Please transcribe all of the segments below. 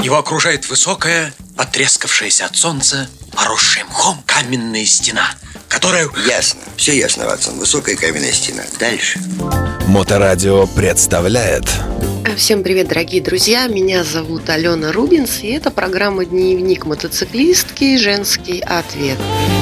Его окружает высокая, потрескавшаяся от солнца, поросшая мхом каменная стена, которая... Ясно, все ясно, Ватсон. Высокая каменная стена. Дальше. Моторадио представляет. Всем привет, дорогие друзья, меня зовут Алена Рубинс, и это программа «Дневник мотоциклистки. Женский ответ».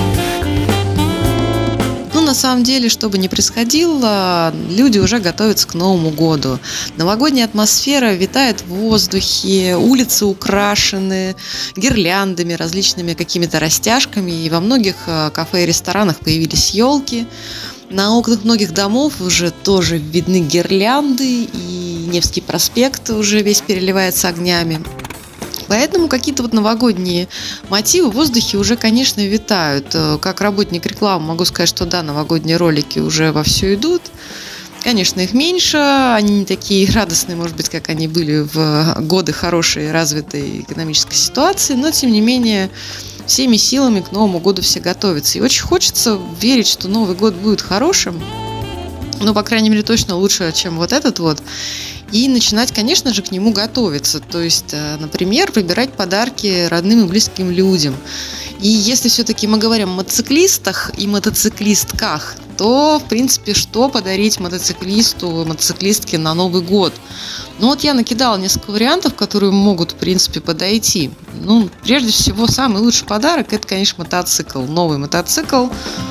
На самом деле, что бы ни происходило, люди уже готовятся к Новому году. Новогодняя атмосфера витает в воздухе, улицы украшены гирляндами, различными какими-то растяжками, и во многих кафе и ресторанах появились елки. На окнах многих домов уже тоже видны гирлянды, и Невский проспект уже весь переливается огнями. Поэтому какие-то вот новогодние мотивы в воздухе уже, конечно, витают. Как работник рекламы могу сказать, что да, новогодние ролики уже вовсю идут. Конечно, их меньше, они не такие радостные, может быть, как они были в годы хорошей развитой экономической ситуации, но, тем не менее, всеми силами к Новому году все готовятся. И очень хочется верить, что Новый год будет хорошим, ну, по крайней мере, точно лучше, чем вот этот вот. И начинать, конечно же, к нему готовиться. То есть, например, выбирать подарки родным и близким людям. И если все-таки мы говорим о мотоциклистах и мотоциклистках, то, в принципе, что подарить мотоциклисту, мотоциклистке на Новый год? Ну, вот я накидала несколько вариантов, которые могут, в принципе, подойти. Ну, прежде всего, самый лучший подарок – это, конечно, мотоцикл. Новый мотоцикл.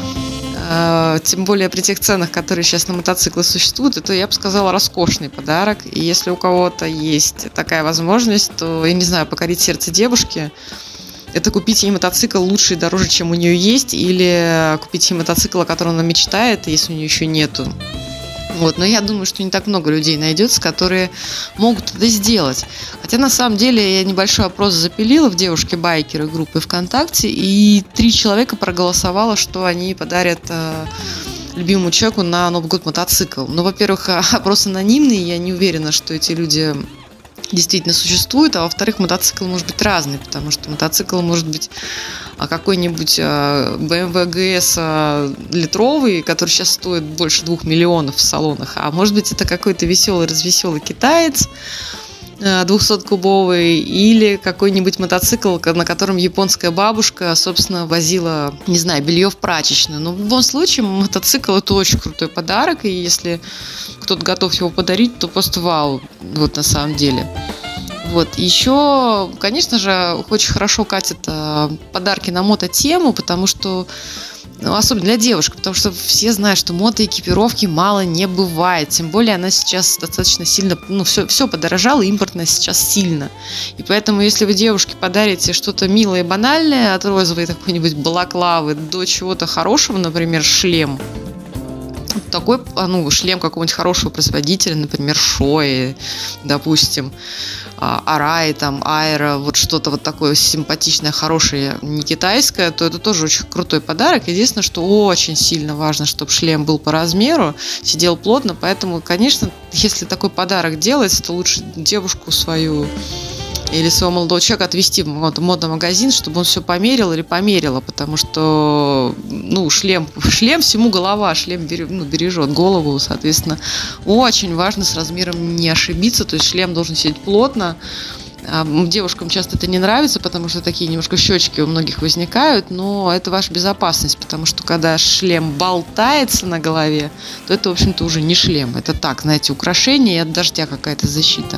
Тем более при тех ценах, которые сейчас на мотоциклы существуют, это, я бы сказала, роскошный подарок. И если у кого-то есть такая возможность, то, я не знаю, покорить сердце девушки, это купить ей мотоцикл лучше и дороже, чем у нее есть, или купить ей мотоцикл, о котором она мечтает, если у нее еще нету. Вот, но я думаю, что не так много людей найдется, которые могут это сделать. Хотя на самом деле я небольшой опрос запилила в девушки-байкеры группы ВКонтакте, и 3 человека проголосовало, что они подарят любимому человеку на Новый год мотоцикл. Ну, во-первых, опрос анонимный, я не уверена, что эти люди действительно существуют, а во-вторых, мотоцикл может быть разный, потому что мотоцикл может быть какой-нибудь BMW GS литровый, который сейчас стоит больше 2 миллионов в салонах, а может быть это какой-то веселый-развеселый китаец 200-кубовый, или какой-нибудь мотоцикл, на котором японская бабушка, собственно, возила, не знаю, белье в прачечную. Но в любом случае мотоцикл – это очень крутой подарок, и если кто-то готов его подарить, то просто вау, вот на самом деле. Вот. Еще, конечно же, очень хорошо катят подарки на мототему, потому что, ну, особенно для девушек, потому что все знают, что мотоэкипировки мало не бывает. Тем более она сейчас достаточно сильно, ну, все подорожало, импортное сейчас сильно. И поэтому, если вы девушке подарите что-то милое и банальное, от розовой какой-нибудь балаклавы до чего-то хорошего, например, шлем, такой, ну, шлем какого-нибудь хорошего производителя, например, Шои, допустим, Арай, там, Айра, вот что-то вот такое симпатичное, хорошее, не китайское, то это тоже очень крутой подарок. Единственное, что очень сильно важно, чтобы шлем был по размеру, сидел плотно, поэтому, конечно, если такой подарок делается, то лучше девушку свою или своего молодого человека отвезти в модный магазин, чтобы он все померил или померила, потому что, ну, шлем всему голова, шлем бережет голову, соответственно, очень важно с размером не ошибиться, то есть шлем должен сидеть плотно. Девушкам часто это не нравится, потому что такие немножко щечки у многих возникают, но это ваша безопасность, потому что когда шлем болтается на голове, то это, в общем-то, уже не шлем, это так, знаете, украшение и от дождя какая-то защита.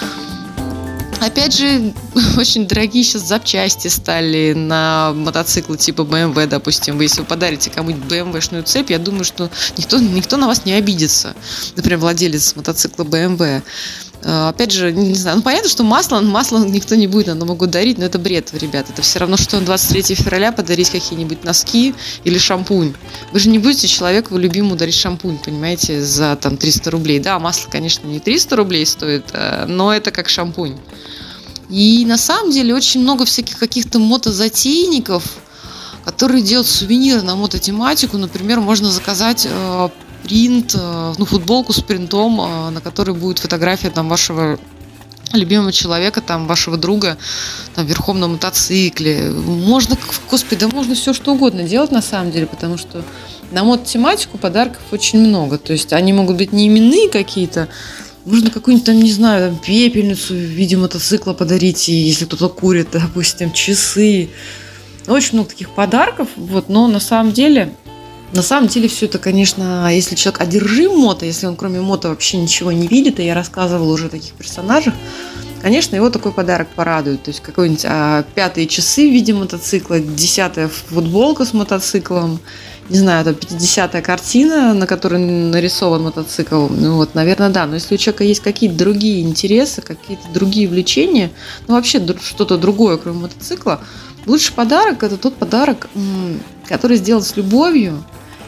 Опять же, очень дорогие сейчас запчасти стали на мотоциклы типа BMW, допустим. Если вы подарите кому-нибудь BMW-шную цепь, я думаю, что никто на вас не обидится. Например, владелец мотоцикла BMW. Опять же, не знаю, ну понятно, что масло никто не будет на Новый год дарить, но это бред, ребят. Это все равно, что на 23 февраля подарить какие-нибудь носки или шампунь. Вы же не будете человеку любимому дарить шампунь, понимаете, за там 300 рублей. Да, масло, конечно, не 300 рублей стоит, но это как шампунь. И на самом деле очень много всяких каких-то мотозатейников, которые делают сувениры на мототематику. Например, можно заказать принт, футболку с принтом, на которой будет фотография там вашего любимого человека, там, вашего друга, там, верхом на мотоцикле. Можно, господи, да можно все что угодно делать на самом деле, потому что на мототематику подарков очень много. То есть они могут быть не именные какие-то, Можно какую-нибудь там, не знаю, там, пепельницу в виде мотоцикла подарить, и если кто-то курит, допустим, часы. Очень много таких подарков, вот, но на самом деле все это, конечно, если человек одержим мото, если он кроме мото вообще ничего не видит, и я рассказывала уже о таких персонажах, конечно, его такой подарок порадует. То есть какой-нибудь 5-е часы в виде мотоцикла, 10-я футболка с мотоциклом, не знаю, там 50-я картина, на которой нарисован мотоцикл. Ну вот, наверное, да. Но если у человека есть какие-то другие интересы, какие-то другие влечения, ну вообще что-то другое, кроме мотоцикла, лучший подарок – это тот подарок, который сделан с любовью,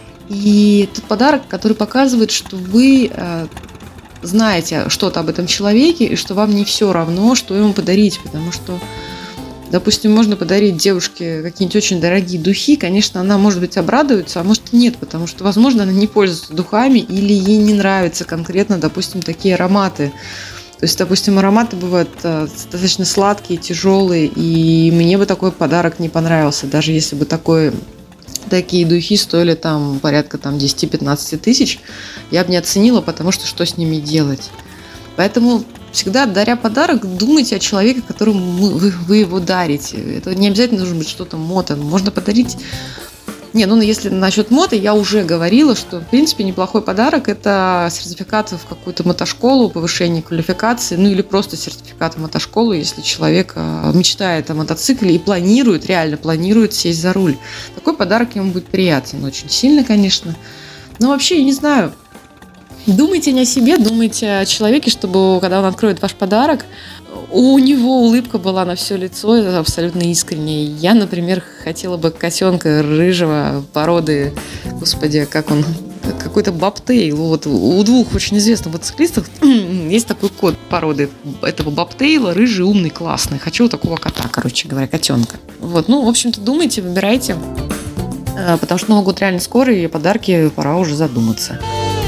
и тот подарок, который показывает, что вы знаете что-то об этом человеке, и что вам не все равно, что ему подарить, потому что, допустим, можно подарить девушке какие-нибудь очень дорогие духи, конечно, она, может быть, обрадуется, а может и нет, потому что, возможно, она не пользуется духами или ей не нравятся конкретно, допустим, такие ароматы. То есть, допустим, ароматы бывают достаточно сладкие, тяжелые, и мне бы такой подарок не понравился, даже если бы такие духи стоили там порядка 10-15 тысяч, я бы не оценила, потому что с ними делать. Поэтому всегда, даря подарок, думайте о человеке, которому вы его дарите. Это не обязательно должно быть что-то мото. Можно подарить... если насчет мото, я уже говорила, что, в принципе, неплохой подарок – это сертификат в какую-то мотошколу, повышение квалификации, или просто сертификат в мотошколу, если человек мечтает о мотоцикле и реально планирует сесть за руль. Такой подарок ему будет приятен очень сильно, конечно. Но вообще, я не знаю, думайте не о себе, думайте о человеке, чтобы, когда он откроет ваш подарок, у него улыбка была на все лицо, это абсолютно искренне. Я, например, хотела бы котенка рыжего породы, господи, как он, какой-то бобтейл. Вот у двух очень известных мотоциклистов есть такой кот породы этого бобтейла, рыжий, умный, классный. Хочу такого кота, котенка. Вот, в общем-то, думайте, выбирайте, потому что Новый год реально скоро, и подарки пора уже задуматься.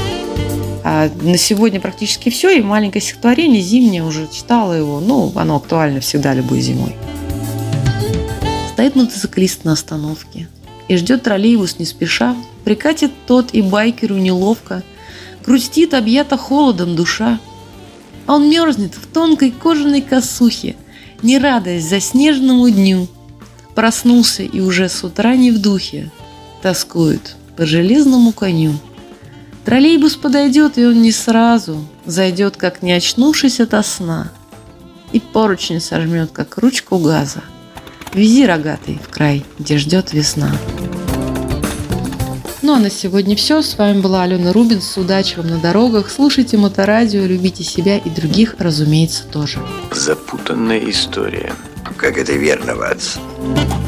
А на сегодня практически все, и маленькое стихотворение зимнее, уже читала его, оно актуально всегда любой зимой. Стоит мотоциклист на остановке и ждет троллейбус не спеша, прикатит тот, и байкеру неловко, грустит, объята холодом душа. А он мерзнет в тонкой кожаной косухе, не радуясь заснеженному дню. Проснулся и уже с утра не в духе, тоскует по железному коню. Троллейбус подойдет, и он не сразу зайдет, как не очнувшись ото сна, и поручень сожмет, как ручку газа. Вези, рогатый, в край, где ждет весна. А на сегодня все. С вами была Алена Рубинс. Удачи вам на дорогах. Слушайте Моторадио, любите себя и других, разумеется, тоже. Запутанная история. Как это верно, Ватсон?